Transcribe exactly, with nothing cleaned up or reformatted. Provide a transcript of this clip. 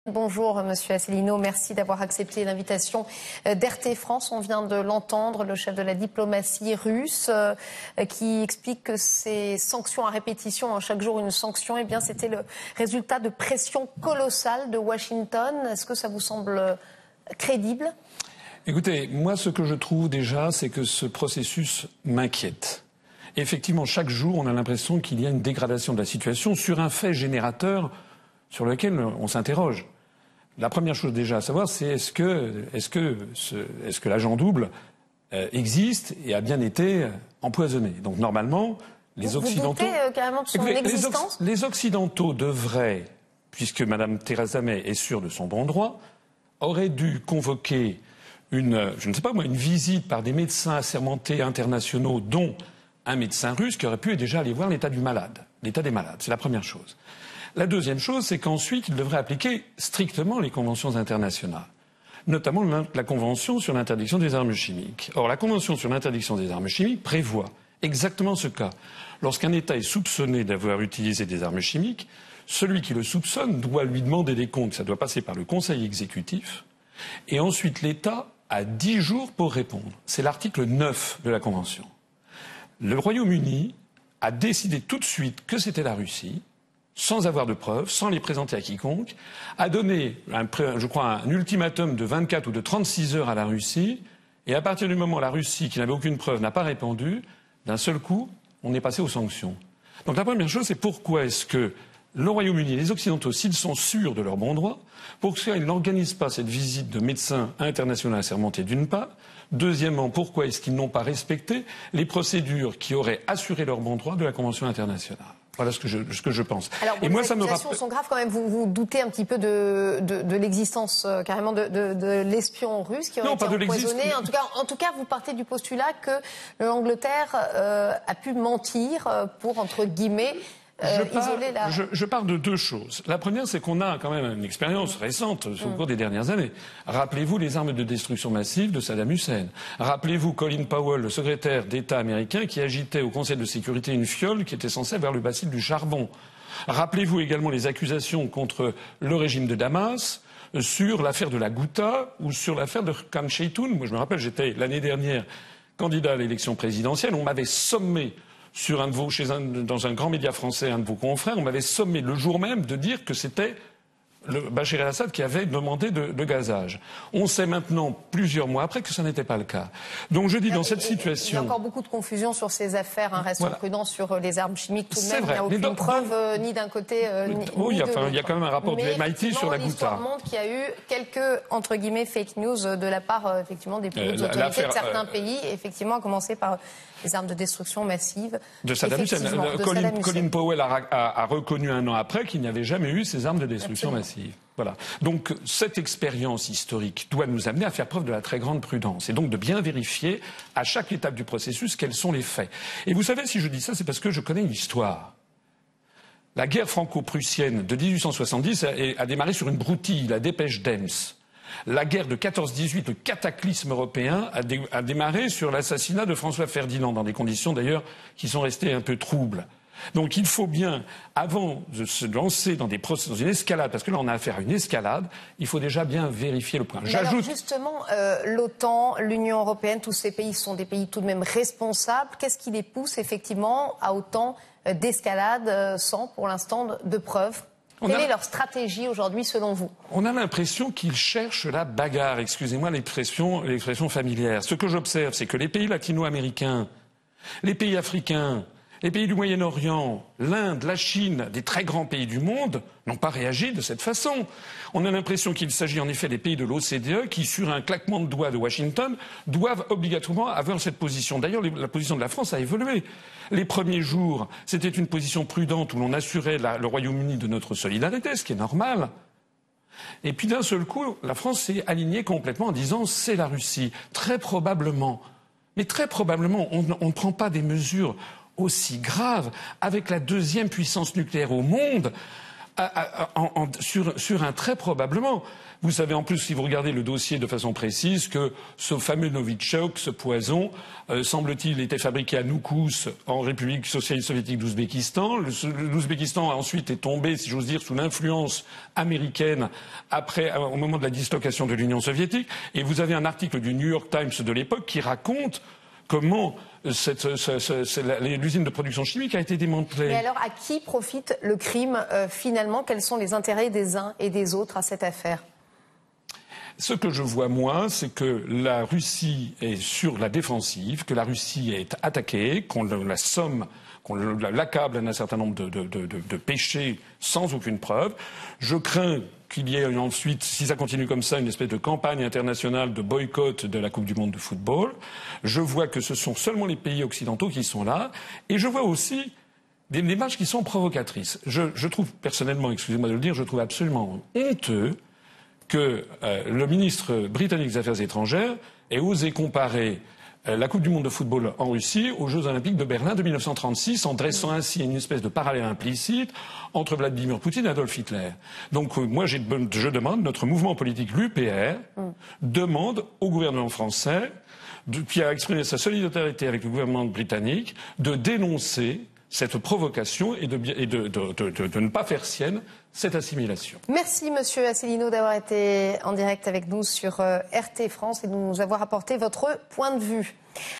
Bonjour Monsieur Asselineau, merci d'avoir accepté l'invitation d'R T France. On vient de l'entendre, le chef de la diplomatie russe euh, qui explique que ces sanctions à répétition, hein, chaque jour une sanction, eh bien c'était le résultat de pression colossale de Washington. Est-ce que ça vous semble crédible ? Écoutez, moi ce que je trouve déjà, c'est que ce processus m'inquiète. Effectivement, chaque jour, on a l'impression qu'il y a une dégradation de la situation sur un fait générateur sur lequel on s'interroge. La première chose déjà à savoir, c'est est-ce que, est-ce que, ce, est-ce que l'agent double euh, existe et a bien été empoisonné. Donc normalement, les vous, Occidentaux, vous doutez euh, carrément de son écoutez, existence ? les, les Occidentaux devraient, puisque Mme Theresa May est sûre de son bon droit, auraient dû convoquer une, je ne sais pas moi, une visite par des médecins assermentés internationaux, dont un médecin russe qui aurait pu déjà aller voir l'état du malade, l'état des malades. C'est la première chose. La deuxième chose, c'est qu'ensuite, il devrait appliquer strictement les conventions internationales, notamment la Convention sur l'interdiction des armes chimiques. Or, la Convention sur l'interdiction des armes chimiques prévoit exactement ce cas. Lorsqu'un État est soupçonné d'avoir utilisé des armes chimiques, celui qui le soupçonne doit lui demander des comptes. Ça doit passer par le Conseil exécutif. Et ensuite, l'État a dix jours pour répondre. C'est l'article neuf de la Convention. Le Royaume-Uni a décidé tout de suite que c'était la Russie, sans avoir de preuves, sans les présenter à quiconque, a donné, un, je crois, un ultimatum de vingt-quatre ou de trente-six heures à la Russie, et à partir du moment où la Russie, qui n'avait aucune preuve, n'a pas répondu, d'un seul coup, on est passé aux sanctions. Donc la première chose, c'est pourquoi est-ce que le Royaume-Uni et les Occidentaux, s'ils sont sûrs de leur bon droit, pourquoi ils n'organisent pas cette visite de médecins internationaux assermentés d'une part. Deuxièmement, pourquoi est-ce qu'ils n'ont pas respecté les procédures qui auraient assuré leur bon droit de la Convention internationale. Voilà ce que je, ce que je pense. Alors, et les moi, ça me accusations rappelle... sont graves quand même. Vous vous doutez un petit peu de, de, de l'existence euh, carrément de, de, de l'espion russe qui aurait non, été pas de empoisonné. En tout cas, en tout cas, vous partez du postulat que l'Angleterre euh, a pu mentir euh, pour, entre guillemets, euh, je parle, isoler la... Je, je parle de deux choses. La première, c'est qu'on a quand même une expérience récente au cours des dernières années. Rappelez-vous les armes de destruction massive de Saddam Hussein. Rappelez-vous Colin Powell, le secrétaire d'État américain, qui agitait au Conseil de sécurité une fiole qui était censée avoir le bacille du charbon. Rappelez-vous également les accusations contre le régime de Damas sur l'affaire de la Ghouta ou sur l'affaire de Khan Sheikhoun. Moi, je me rappelle, j'étais l'année dernière candidat à l'élection présidentielle. On m'avait sommé sur un de vos, chez un, dans un grand média français, un de vos confrères, on m'avait sommé le jour même de dire que c'était le Bachar el-Assad qui avait demandé de, de gazage. On sait maintenant, plusieurs mois après, que ce n'était pas le cas. Donc je dis dans cette situation... Il y a encore beaucoup de confusion sur ces affaires. Hein. Restons voilà. prudents sur les armes chimiques tout de même. Vrai. Il n'y a aucune donc, preuve donc, euh, ni d'un côté euh, ni, oh, ni il y a, de enfin, l'autre. Il y a quand même un rapport Mais du M I T sur la Ghouta. L'histoire montre qu'il y a eu quelques, entre guillemets, fake news de la part euh, effectivement, des plus hautes euh, autorités de certains euh, pays, effectivement, à commencer par les armes de destruction massive. De Saddam Hussein. Colin, Colin Powell a, a, a reconnu un an après qu'il n'y avait jamais eu ces armes de destruction Absolument. massive. Voilà. Donc cette expérience historique doit nous amener à faire preuve de la très grande prudence et donc de bien vérifier à chaque étape du processus quels sont les faits. Et vous savez, si je dis ça, c'est parce que je connais une histoire. La guerre franco-prussienne de dix-huit cent soixante-dix a, a démarré sur une broutille, la dépêche d'Ems. La guerre de quatorze dix-huit, le cataclysme européen, a, dé, a démarré sur l'assassinat de François Ferdinand, dans des conditions d'ailleurs qui sont restées un peu troubles. Donc il faut bien, avant de se lancer dans, des, dans une escalade, parce que là on a affaire à une escalade, il faut déjà bien vérifier le point. J'ajoute... Alors justement, euh, l'OTAN, l'Union européenne, tous ces pays sont des pays tout de même responsables. Qu'est-ce qui les pousse effectivement à autant euh, d'escalade euh, sans pour l'instant de, de preuves ? Quelle a... est leur stratégie aujourd'hui selon vous ? On a l'impression qu'ils cherchent la bagarre, excusez-moi l'expression, l'expression familière. Ce que j'observe, c'est que les pays latino-américains, les pays africains, les pays du Moyen-Orient, l'Inde, la Chine, des très grands pays du monde, n'ont pas réagi de cette façon. On a l'impression qu'il s'agit en effet des pays de l'O C D E qui, sur un claquement de doigts de Washington, doivent obligatoirement avoir cette position. D'ailleurs, la position de la France a évolué. Les premiers jours, c'était une position prudente où l'on assurait la, le Royaume-Uni de notre solidarité, ce qui est normal. Et puis d'un seul coup, la France s'est alignée complètement en disant « c'est la Russie ». Très probablement, mais très probablement, on, on ne prend pas des mesures aussi grave avec la deuxième puissance nucléaire au monde, à, à, en, en, sur, sur un très probablement. Vous savez en plus, si vous regardez le dossier de façon précise, que ce fameux Novichok, ce poison, euh, semble-t-il, était fabriqué à Noukous, en République socialiste soviétique d'Ouzbékistan. L'Ouzbékistan a ensuite est tombé, si j'ose dire, sous l'influence américaine après, au moment de la dislocation de l'Union soviétique. Et vous avez un article du New York Times de l'époque qui raconte comment cette, ce, ce, ce, l'usine de production chimique a été démantelée. Mais alors, à qui profite le crime euh, finalement? Quels sont les intérêts des uns et des autres à cette affaire? Ce que je vois, moi, c'est que la Russie est sur la défensive, que la Russie est attaquée, qu'on la somme, qu'on l'accable d'un certain nombre de, de, de, de péchés sans aucune preuve. Je crains qu'il y ait ensuite, si ça continue comme ça, une espèce de campagne internationale de boycott de la Coupe du monde de football. Je vois que ce sont seulement les pays occidentaux qui sont là. Et je vois aussi des démarches qui sont provocatrices. Je, je trouve personnellement, excusez-moi de le dire, je trouve absolument honteux que euh, le ministre britannique des Affaires étrangères ait osé comparer euh, la Coupe du monde de football en Russie aux Jeux olympiques de Berlin de mille neuf cent trente-six, en dressant ainsi une espèce de parallèle implicite entre Vladimir Poutine et Adolf Hitler. Donc euh, moi, j'ai, je demande, notre mouvement politique, l'U P R, mm. demande au gouvernement français, de, qui a exprimé sa solidarité avec le gouvernement britannique, de dénoncer cette provocation et, de, et de, de, de, de, de ne pas faire sienne cette assimilation. Merci Monsieur Asselineau d'avoir été en direct avec nous sur R T France et de nous avoir apporté votre point de vue.